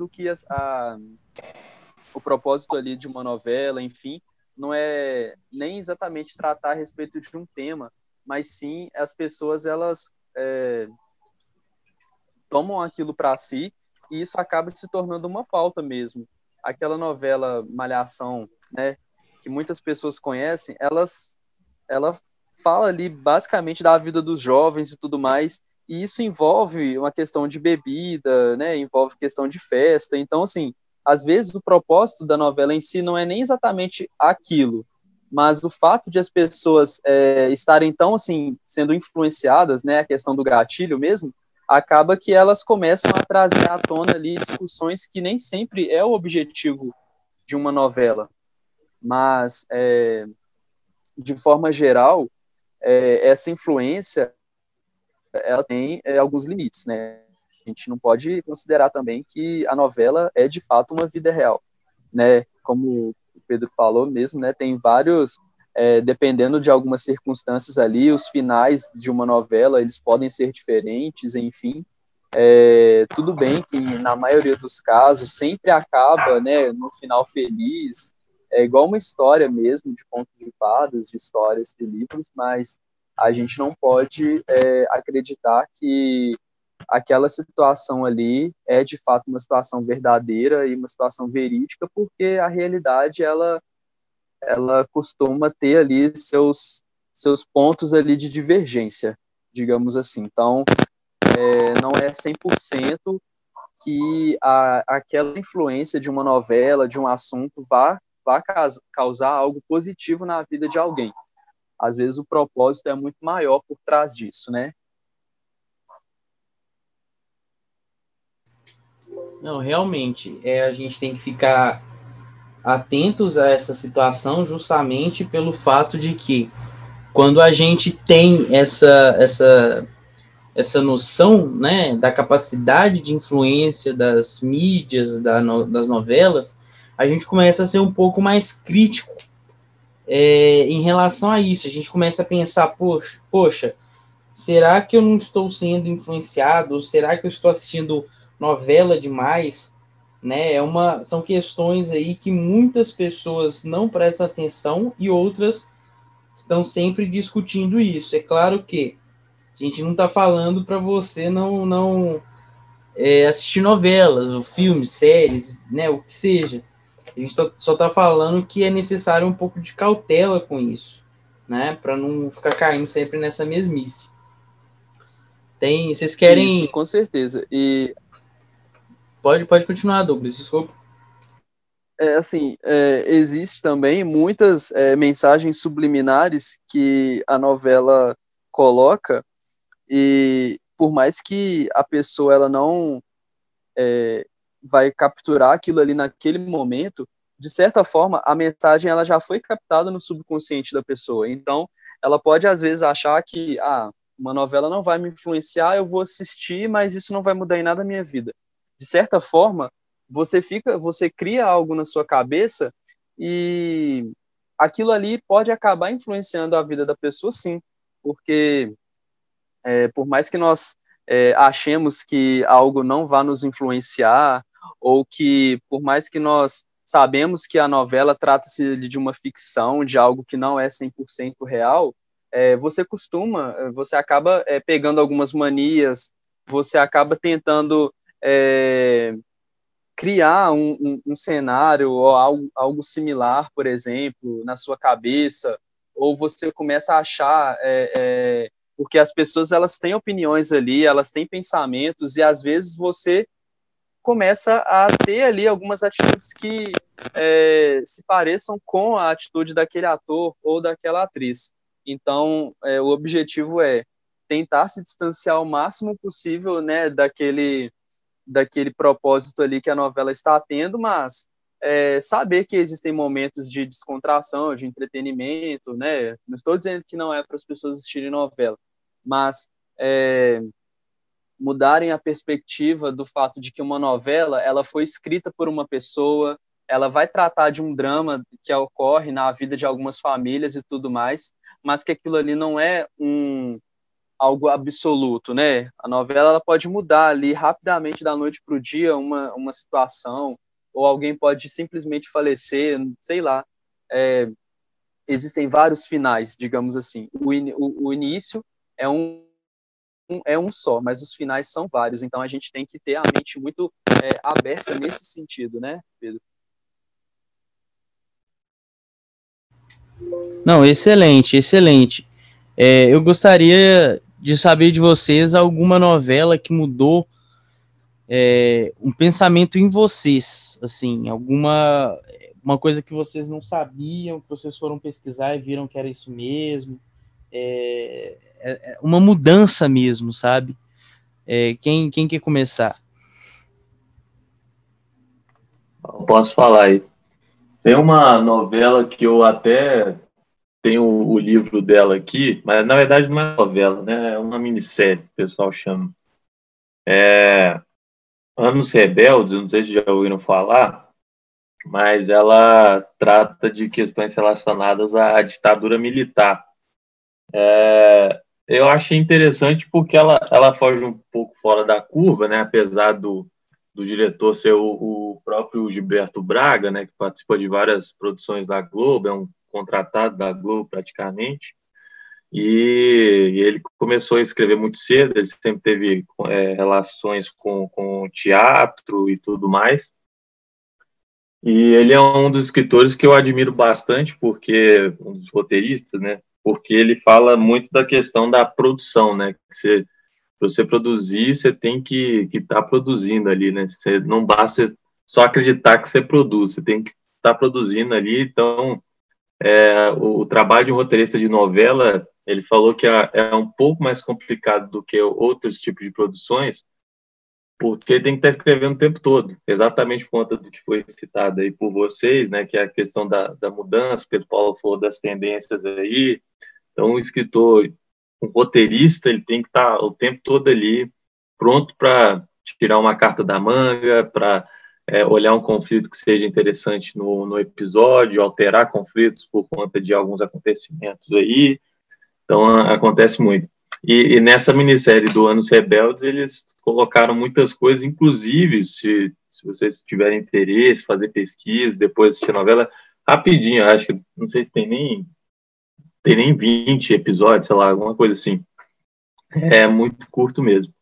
o propósito ali de uma novela, enfim, não é nem exatamente tratar a respeito de um tema, mas sim as pessoas elas tomam aquilo para si e isso acaba se tornando uma pauta mesmo. Aquela novela Malhação, né, que muitas pessoas conhecem, ela fala ali basicamente da vida dos jovens e tudo mais, e isso envolve uma questão de bebida, né, envolve questão de festa, então assim, às vezes o propósito da novela em si não é nem exatamente aquilo, mas o fato de as pessoas estarem tão assim, sendo influenciadas, né, a questão do gatilho mesmo, acaba que elas começam a trazer à tona ali discussões que nem sempre é o objetivo de uma novela, mas de forma geral, essa influência ela tem alguns limites, né? A gente não pode considerar também que a novela é de fato uma vida real, né? Como o Pedro falou mesmo, né? Tem vários, dependendo de algumas circunstâncias ali, os finais de uma novela eles podem ser diferentes, enfim. Tudo bem que na maioria dos casos sempre acaba, né, no final feliz, igual uma história mesmo de contos de fadas, de histórias de livros, mas a gente não pode acreditar que aquela situação ali é de fato uma situação verdadeira e uma situação verídica, porque a realidade ela costuma ter ali seus pontos ali de divergência, digamos assim. Então, não é 100% que aquela influência de uma novela, de um assunto, vá causar algo positivo na vida de alguém. Às vezes o propósito é muito maior por trás disso, né? Não, realmente, a gente tem que ficar atentos a essa situação justamente pelo fato de que quando a gente tem essa noção, né, da capacidade de influência das mídias, das novelas, a gente começa a ser um pouco mais crítico em relação a isso. A gente começa a pensar, poxa, será que eu não estou sendo influenciado? Ou será que eu estou assistindo novela demais? Né? São questões aí que muitas pessoas não prestam atenção e outras estão sempre discutindo isso. É claro que a gente não está falando para você não assistir novelas, ou filmes, séries, né, o que seja. A gente só está falando que é necessário um pouco de cautela com isso, né, para não ficar caindo sempre nessa mesmice. Vocês querem... Isso, com certeza. E pode continuar, Douglas, desculpa. Assim, existe também muitas mensagens subliminares que a novela coloca, e por mais que a pessoa ela não vai capturar aquilo ali naquele momento, de certa forma, a mensagem ela já foi captada no subconsciente da pessoa. Então, ela pode, às vezes, achar que uma novela não vai me influenciar, eu vou assistir, mas isso não vai mudar em nada a minha vida. De certa forma, você cria algo na sua cabeça e aquilo ali pode acabar influenciando a vida da pessoa, sim, porque por mais que nós achemos que algo não vá nos influenciar, ou que por mais que nós sabemos que a novela trata-se de uma ficção, de algo que não é 100% real, você acaba pegando algumas manias, você acaba tentando criar um cenário ou algo similar, por exemplo, na sua cabeça, ou você começa a achar, porque as pessoas elas têm opiniões ali, elas têm pensamentos, e às vezes você começa a ter ali algumas atitudes que se pareçam com a atitude daquele ator ou daquela atriz. Então, o objetivo é tentar se distanciar o máximo possível, né, daquele propósito ali que a novela está tendo, mas saber que existem momentos de descontração, de entretenimento, né? Não estou dizendo que não é para as pessoas assistirem novela, mas mudarem a perspectiva do fato de que uma novela ela foi escrita por uma pessoa, ela vai tratar de um drama que ocorre na vida de algumas famílias e tudo mais, mas que aquilo ali não é algo absoluto, né? A novela ela pode mudar ali rapidamente da noite para o dia uma situação, ou alguém pode simplesmente falecer, sei lá. Existem vários finais, digamos assim. O início é um só, mas os finais são vários, então a gente tem que ter a mente muito aberta nesse sentido, né, Pedro? Não, excelente, excelente. Eu gostaria de saber de vocês alguma novela que mudou um pensamento em vocês, assim, uma coisa que vocês não sabiam, que vocês foram pesquisar e viram que era isso mesmo, uma mudança mesmo, sabe? Quem quer começar? Posso falar aí. Tem uma novela que eu até tenho o livro dela aqui, mas na verdade não é novela, né? É uma minissérie, o pessoal chama. Anos Rebeldes, não sei se já ouviram falar, mas ela trata de questões relacionadas à ditadura militar. Eu achei interessante porque ela foge um pouco fora da curva, né? Apesar do diretor ser o próprio Gilberto Braga, né? Que participa de várias produções da Globo, é um contratado da Globo praticamente. E ele começou a escrever muito cedo, ele sempre teve relações com teatro e tudo mais. E ele é um dos escritores que eu admiro bastante, porque um dos roteiristas, né? Porque ele fala muito da questão da produção, né? Que para você produzir, você tem que estar produzindo ali, né? Você não basta só acreditar que você produz, você tem que estar produzindo ali. Então, o trabalho de um roteirista de novela, ele falou que é um pouco mais complicado do que outros tipos de produções, porque tem que estar escrevendo o tempo todo, exatamente por conta do que foi citado aí por vocês, né, que é a questão da mudança, o Pedro Paulo falou das tendências aí. Então, o escritor, um roteirista, ele tem que estar o tempo todo ali, pronto para tirar uma carta da manga, para olhar um conflito que seja interessante no episódio, alterar conflitos por conta de alguns acontecimentos aí. Então, acontece muito. E nessa minissérie do Anos Rebeldes, eles colocaram muitas coisas, inclusive, se vocês tiverem interesse, fazer pesquisa, depois assistir a novela, rapidinho, acho que, não sei se tem nem 20 episódios, sei lá, alguma coisa assim. É muito curto mesmo.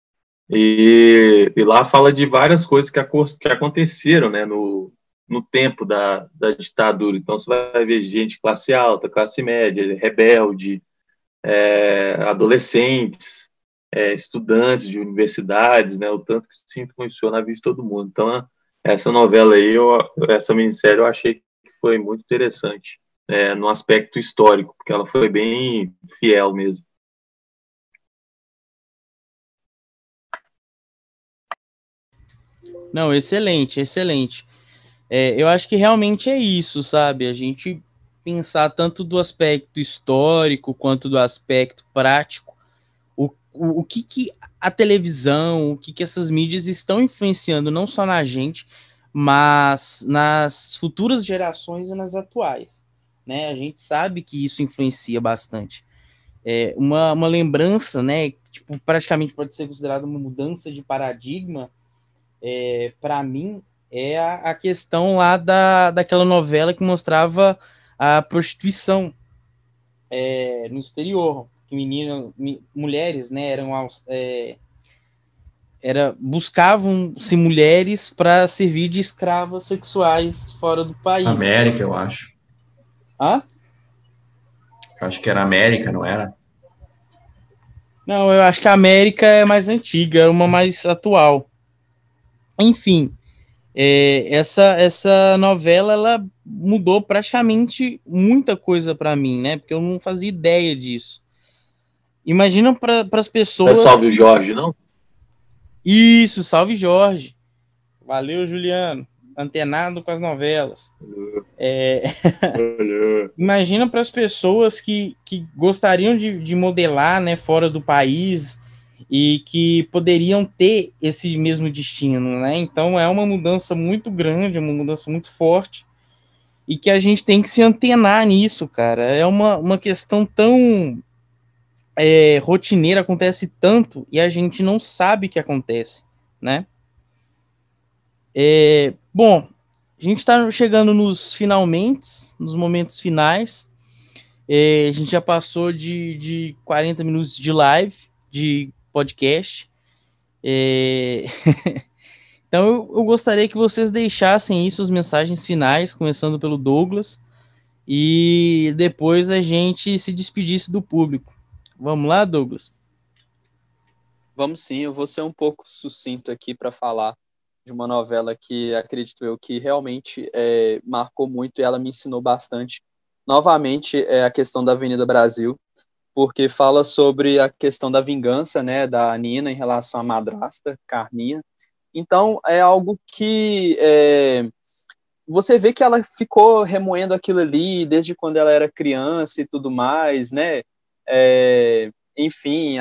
E lá fala de várias coisas que aconteceram, né, no tempo da ditadura. Então, você vai ver gente classe alta, classe média, rebelde, adolescentes, estudantes de universidades, né, o tanto que isso influenciou na vida de todo mundo. Então, essa novela aí, essa minissérie, eu achei que foi muito interessante, no aspecto histórico, porque ela foi bem fiel mesmo. Não, excelente, excelente. Eu acho que realmente é isso, sabe? A gente pensar tanto do aspecto histórico quanto do aspecto prático, o que a televisão, o que essas mídias estão influenciando não só na gente, mas nas futuras gerações e nas atuais, né? A gente sabe que isso influencia bastante. Uma lembrança, né? Tipo, praticamente pode ser considerada uma mudança de paradigma, para mim, é a questão lá daquela novela que mostrava a prostituição no exterior, que mulheres, né, buscavam-se mulheres para servir de escravas sexuais fora do país. América, eu acho. Hã? Eu acho que era América, não era? Não, eu acho que a América é mais antiga, é uma mais atual. Enfim, essa novela, ela mudou praticamente muita coisa para mim, né? Porque eu não fazia ideia disso. Imagina para as Não é pessoas... Salve o Jorge, não? Isso, salve Jorge. Valeu, Juliano. Antenado com as novelas. Imagina para as pessoas que gostariam de modelar, né, fora do país e que poderiam ter esse mesmo destino, né? Então é uma mudança muito grande, uma mudança muito forte e que a gente tem que se antenar nisso, cara. É uma questão tão rotineira, acontece tanto e a gente não sabe que acontece, né? Bom, a gente está chegando nos momentos finais. A gente já passou de 40 minutos de live, de podcast. Então eu gostaria que vocês deixassem aí suas mensagens finais, começando pelo Douglas, e depois a gente se despedisse do público. Vamos lá, Douglas? Vamos sim, eu vou ser um pouco sucinto aqui para falar de uma novela que acredito eu que realmente marcou muito e ela me ensinou bastante. Novamente, é a questão da Avenida Brasil, porque fala sobre a questão da vingança, né, da Nina em relação à madrasta, Carminha. Então, é algo que você vê que ela ficou remoendo aquilo ali desde quando ela era criança e tudo mais, né? Enfim,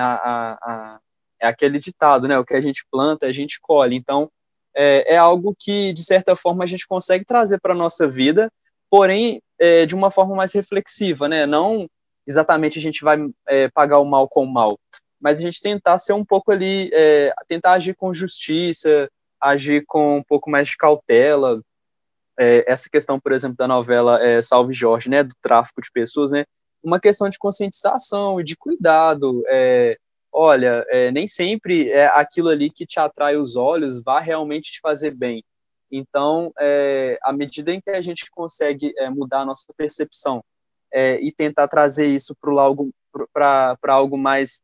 é aquele ditado, né? O que a gente planta, a gente colhe. Então, é algo que, de certa forma, a gente consegue trazer para a nossa vida, porém, de uma forma mais reflexiva, né? Não exatamente a gente vai pagar o mal com o mal, mas a gente tentar ser um pouco ali, tentar agir com justiça, agir com um pouco mais de cautela. Essa questão, por exemplo, da novela Salve Jorge, né, do tráfico de pessoas, né, uma questão de conscientização e de cuidado. Olha, nem sempre é aquilo ali que te atrai os olhos vai realmente te fazer bem. Então, à medida em que a gente consegue mudar a nossa percepção e tentar trazer isso para algo mais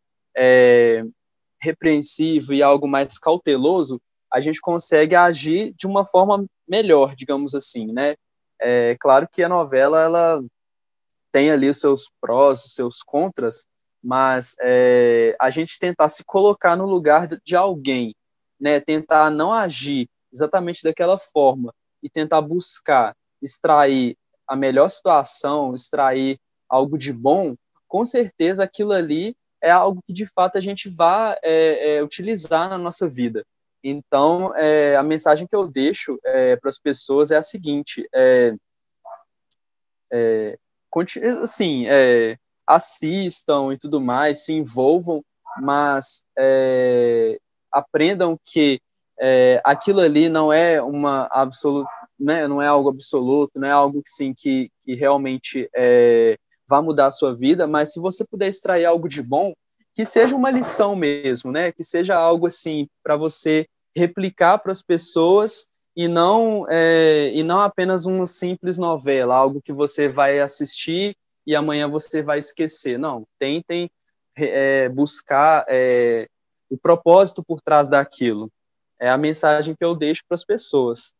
repreensivo e algo mais cauteloso, a gente consegue agir de uma forma melhor, digamos assim, né? Claro que a novela, ela tem ali os seus prós, os seus contras, mas a gente tentar se colocar no lugar de alguém, né? Tentar não agir exatamente daquela forma e tentar buscar extrair a melhor situação, extrair algo de bom, com certeza aquilo ali é algo que de fato a gente vai utilizar na nossa vida. Então, a mensagem que eu deixo para as pessoas é a seguinte: assim, assistam e tudo mais, se envolvam, mas aprendam que aquilo ali não é uma absoluta, né, não é algo absoluto, não é algo que, sim, que realmente vai mudar a sua vida, mas se você puder extrair algo de bom, que seja uma lição mesmo, né, que seja algo assim para você replicar para as pessoas e não apenas uma simples novela, algo que você vai assistir e amanhã você vai esquecer. Não, tentem buscar o propósito por trás daquilo. É a mensagem que eu deixo para as pessoas.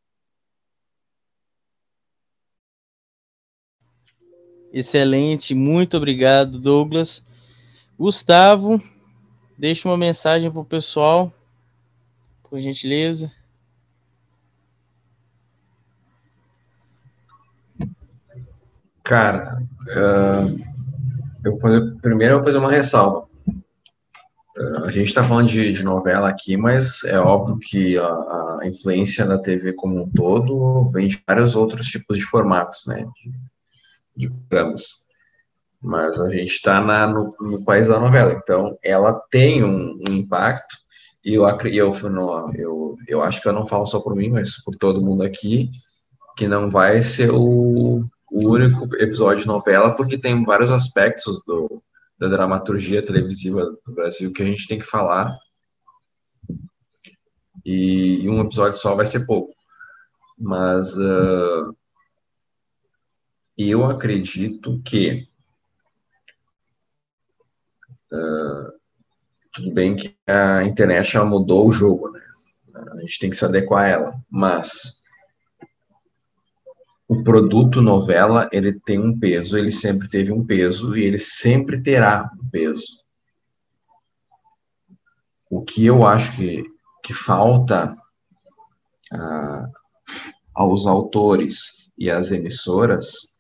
Excelente, muito obrigado, Douglas. Gustavo, deixa uma mensagem para o pessoal, por gentileza. Cara, primeiro eu vou fazer uma ressalva. A gente está falando de novela aqui, mas é óbvio que a influência da TV como um todo vem de vários outros tipos de formatos, né, de programas. Mas a gente está no país da novela, então ela tem um impacto, e eu acho que eu não falo só por mim, mas por todo mundo aqui, que não vai ser o único episódio de novela, porque tem vários aspectos da dramaturgia televisiva do Brasil que a gente tem que falar, e um episódio só vai ser pouco. Mas eu acredito que tudo bem que a internet já mudou o jogo, né? a gente tem que se adequar a ela, mas o produto novela, ele tem um peso, ele sempre teve um peso e ele sempre terá um peso. O que eu acho que falta aos autores e às emissoras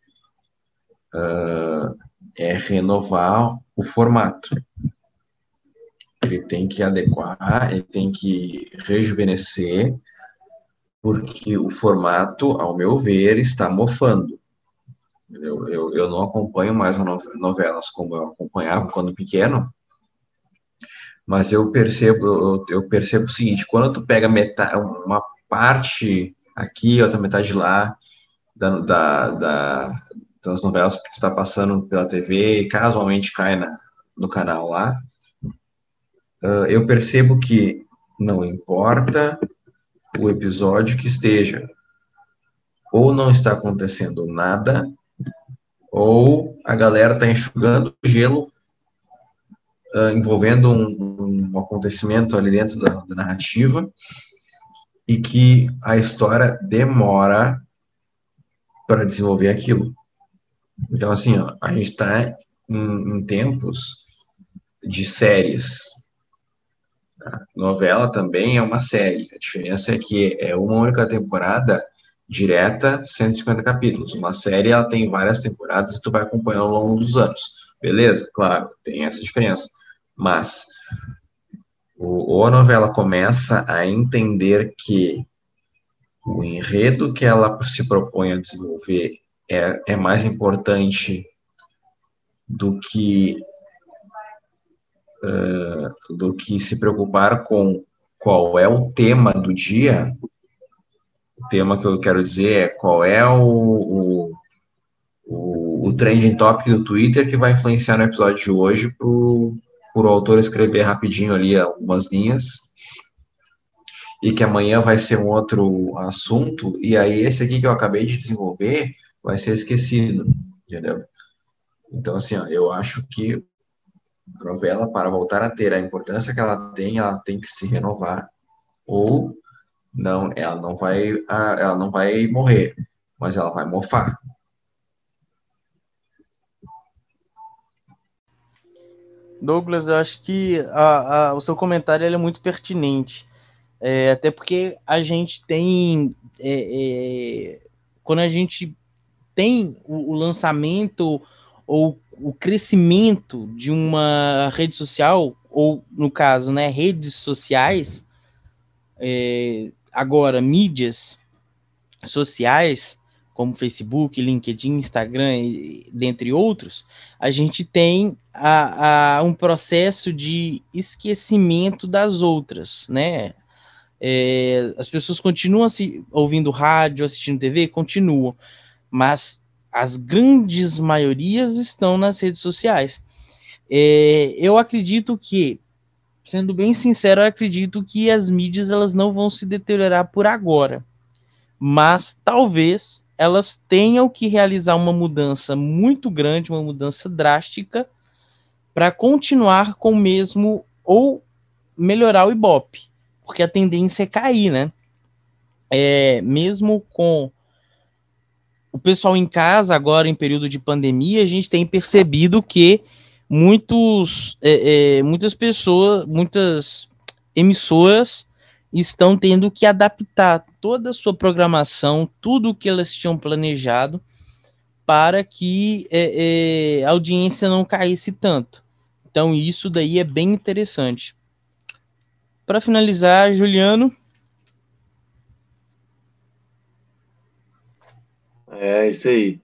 é renovar o formato. Ele tem que adequar, ele tem que rejuvenescer, porque o formato, ao meu ver, está mofando. Eu não acompanho mais novelas como eu acompanhava quando pequeno, mas eu percebo o seguinte: quando tu pega uma parte aqui, outra metade lá, das novelas que tu está passando pela TV e casualmente cai no canal lá, eu percebo que não importa o episódio que esteja, ou não está acontecendo nada, ou a galera está enxugando gelo, envolvendo um acontecimento ali dentro da narrativa, e que a história demora para desenvolver aquilo. Então, assim, ó, a gente está em tempos de séries. A novela também é uma série. A diferença é que é uma única temporada direta, 150 capítulos. Uma série, ela tem várias temporadas e tu vai acompanhando ao longo dos anos. Beleza? Claro, tem essa diferença. Mas ou a novela começa a entender que o enredo que ela se propõe a desenvolver é mais importante do que se preocupar com qual é o tema do dia. O tema que eu quero dizer é qual é o trending topic do Twitter que vai influenciar no episódio de hoje por o autor escrever rapidinho ali algumas linhas, e que amanhã vai ser um outro assunto, e aí esse aqui que eu acabei de desenvolver vai ser esquecido, entendeu? Então, assim, ó, eu acho que a novela, para voltar a ter a importância que ela tem que se renovar, ou não, ela não vai morrer, mas ela vai mofar. Douglas, eu acho que o seu comentário ele é muito pertinente. Até porque a gente tem... quando a gente tem o lançamento ou o crescimento de uma rede social, ou no caso, né, redes sociais, agora mídias sociais, como Facebook, LinkedIn, Instagram, dentre outros, a gente tem um processo de esquecimento das outras, né? As pessoas continuam ouvindo rádio, assistindo TV, continuam, mas as grandes maiorias estão nas redes sociais. Eu acredito que, sendo bem sincero, eu acredito que as mídias elas não vão se deteriorar por agora, mas talvez elas tenham que realizar uma mudança muito grande, uma mudança drástica, para continuar com o mesmo ou melhorar o Ibope, porque a tendência é cair, né? Mesmo com o pessoal em casa, agora em período de pandemia, a gente tem percebido que muitas pessoas, muitas emissoras estão tendo que adaptar toda a sua programação, tudo o que elas tinham planejado, para que a audiência não caísse tanto. Então, isso daí é bem interessante. Para finalizar, Juliano. É isso aí.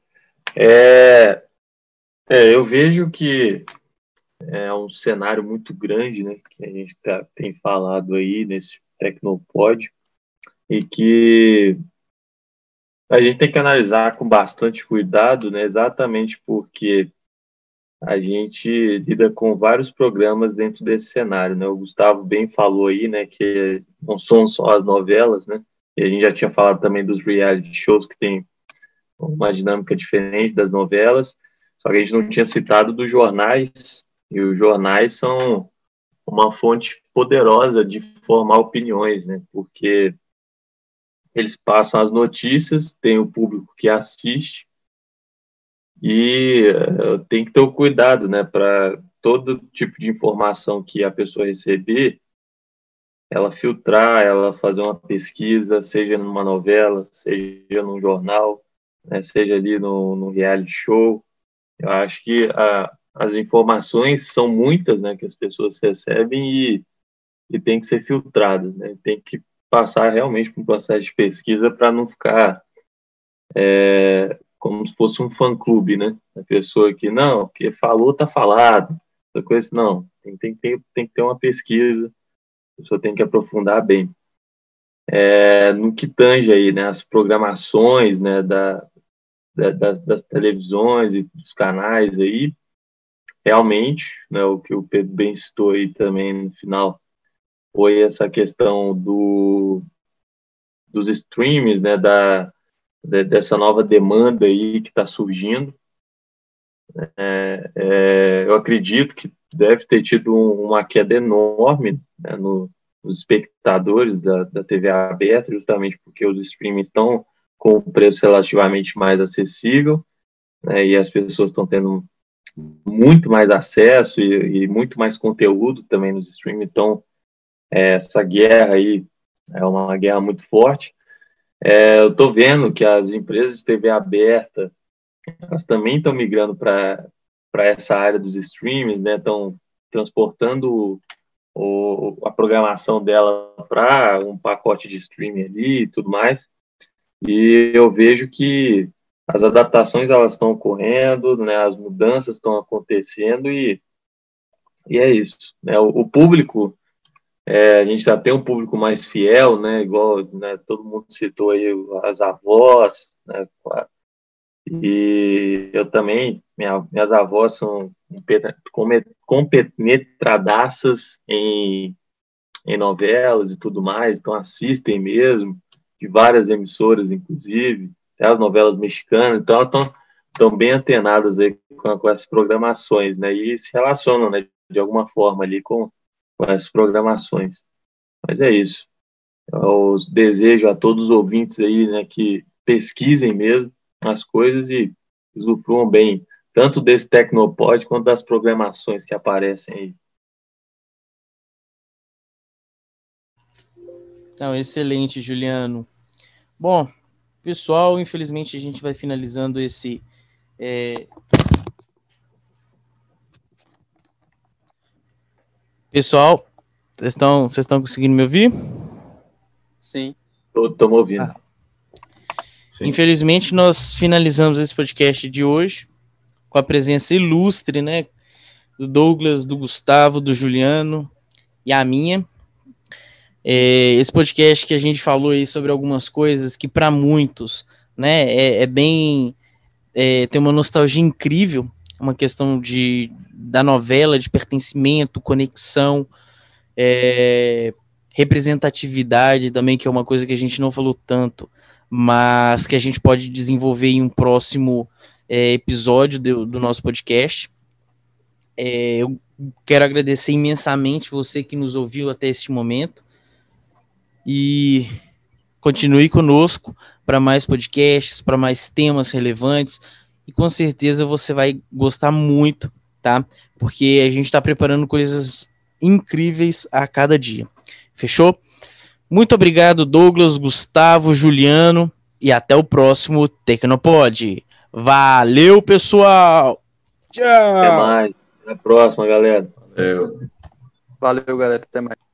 Eu vejo que é um cenário muito grande, né, que a gente tem falado aí nesse Tecnopod, e que a gente tem que analisar com bastante cuidado, né, exatamente porque a gente lida com vários programas dentro desse cenário, né? O Gustavo bem falou aí, né, que não são só as novelas, né? E a gente já tinha falado também dos reality shows, que tem uma dinâmica diferente das novelas, só que a gente não tinha citado dos jornais, e os jornais são uma fonte poderosa de formar opiniões, né? Porque eles passam as notícias, tem o público que assiste, e tem que ter o cuidado, né? Para todo tipo de informação que a pessoa receber, ela filtrar, ela fazer uma pesquisa, seja numa novela, seja num jornal, né? Seja ali no reality show. Eu acho que as informações são muitas, né? Que as pessoas recebem e tem que ser filtradas, né? Tem que passar realmente por um processo de pesquisa para não ficar como se fosse um fã-clube, né? A pessoa que, não, porque falou, tá falado. Essa coisa, não. Tem que ter uma pesquisa, a pessoa tem que aprofundar bem. No que tange aí, né? As programações, né? Das televisões e dos canais aí, realmente, né? O que o Pedro bem citou aí também no final, foi essa questão dos streams, né, dessa nova demanda aí que está surgindo. Eu acredito que deve ter tido uma queda enorme, né, nos espectadores da TV aberta, justamente porque os streamings estão com o preço relativamente mais acessível, né, e as pessoas estão tendo muito mais acesso e muito mais conteúdo também nos streamings. Então, essa guerra aí é uma guerra muito forte. Eu estou vendo que as empresas de TV aberta, elas também estão migrando para essa área dos streamings, né? Estão transportando a programação dela para um pacote de streaming ali e tudo mais. E eu vejo que as adaptações elas estão ocorrendo, né? As mudanças estão acontecendo e é isso, né? O público, a gente já tem um público mais fiel, né? Igual, né, todo mundo citou aí as avós, né? E eu também, minhas avós são compenetradaças em novelas e tudo mais, então assistem mesmo, de várias emissoras, inclusive, até as novelas mexicanas, então elas estão bem antenadas aí com essas programações, né? E se relacionam, né, de alguma forma ali com essas programações. Mas é isso. Eu desejo a todos os ouvintes aí, né, que pesquisem mesmo as coisas e usufruam bem, tanto desse Tecnopod quanto das programações que aparecem aí. Então, excelente, Juliano. Bom, pessoal, infelizmente a gente vai finalizando esse... Pessoal, vocês estão conseguindo me ouvir? Sim. Estamos ouvindo. Infelizmente, nós finalizamos esse podcast de hoje com a presença ilustre, né, do Douglas, do Gustavo, do Juliano e a minha. Esse podcast que a gente falou aí sobre algumas coisas que para muitos, né, tem uma nostalgia incrível, uma questão da novela, de pertencimento, conexão, representatividade também, que é uma coisa que a gente não falou tanto, mas que a gente pode desenvolver em um próximo episódio do nosso podcast. Eu quero agradecer imensamente você que nos ouviu até este momento e continue conosco para mais podcasts, para mais temas relevantes, e com certeza você vai gostar muito, tá? Porque a gente está preparando coisas incríveis a cada dia. Fechou? Muito obrigado, Douglas, Gustavo, Juliano, e até o próximo Tecnopod. Valeu, pessoal! Tchau! Até mais. Até a próxima, galera. Valeu, galera. Até mais.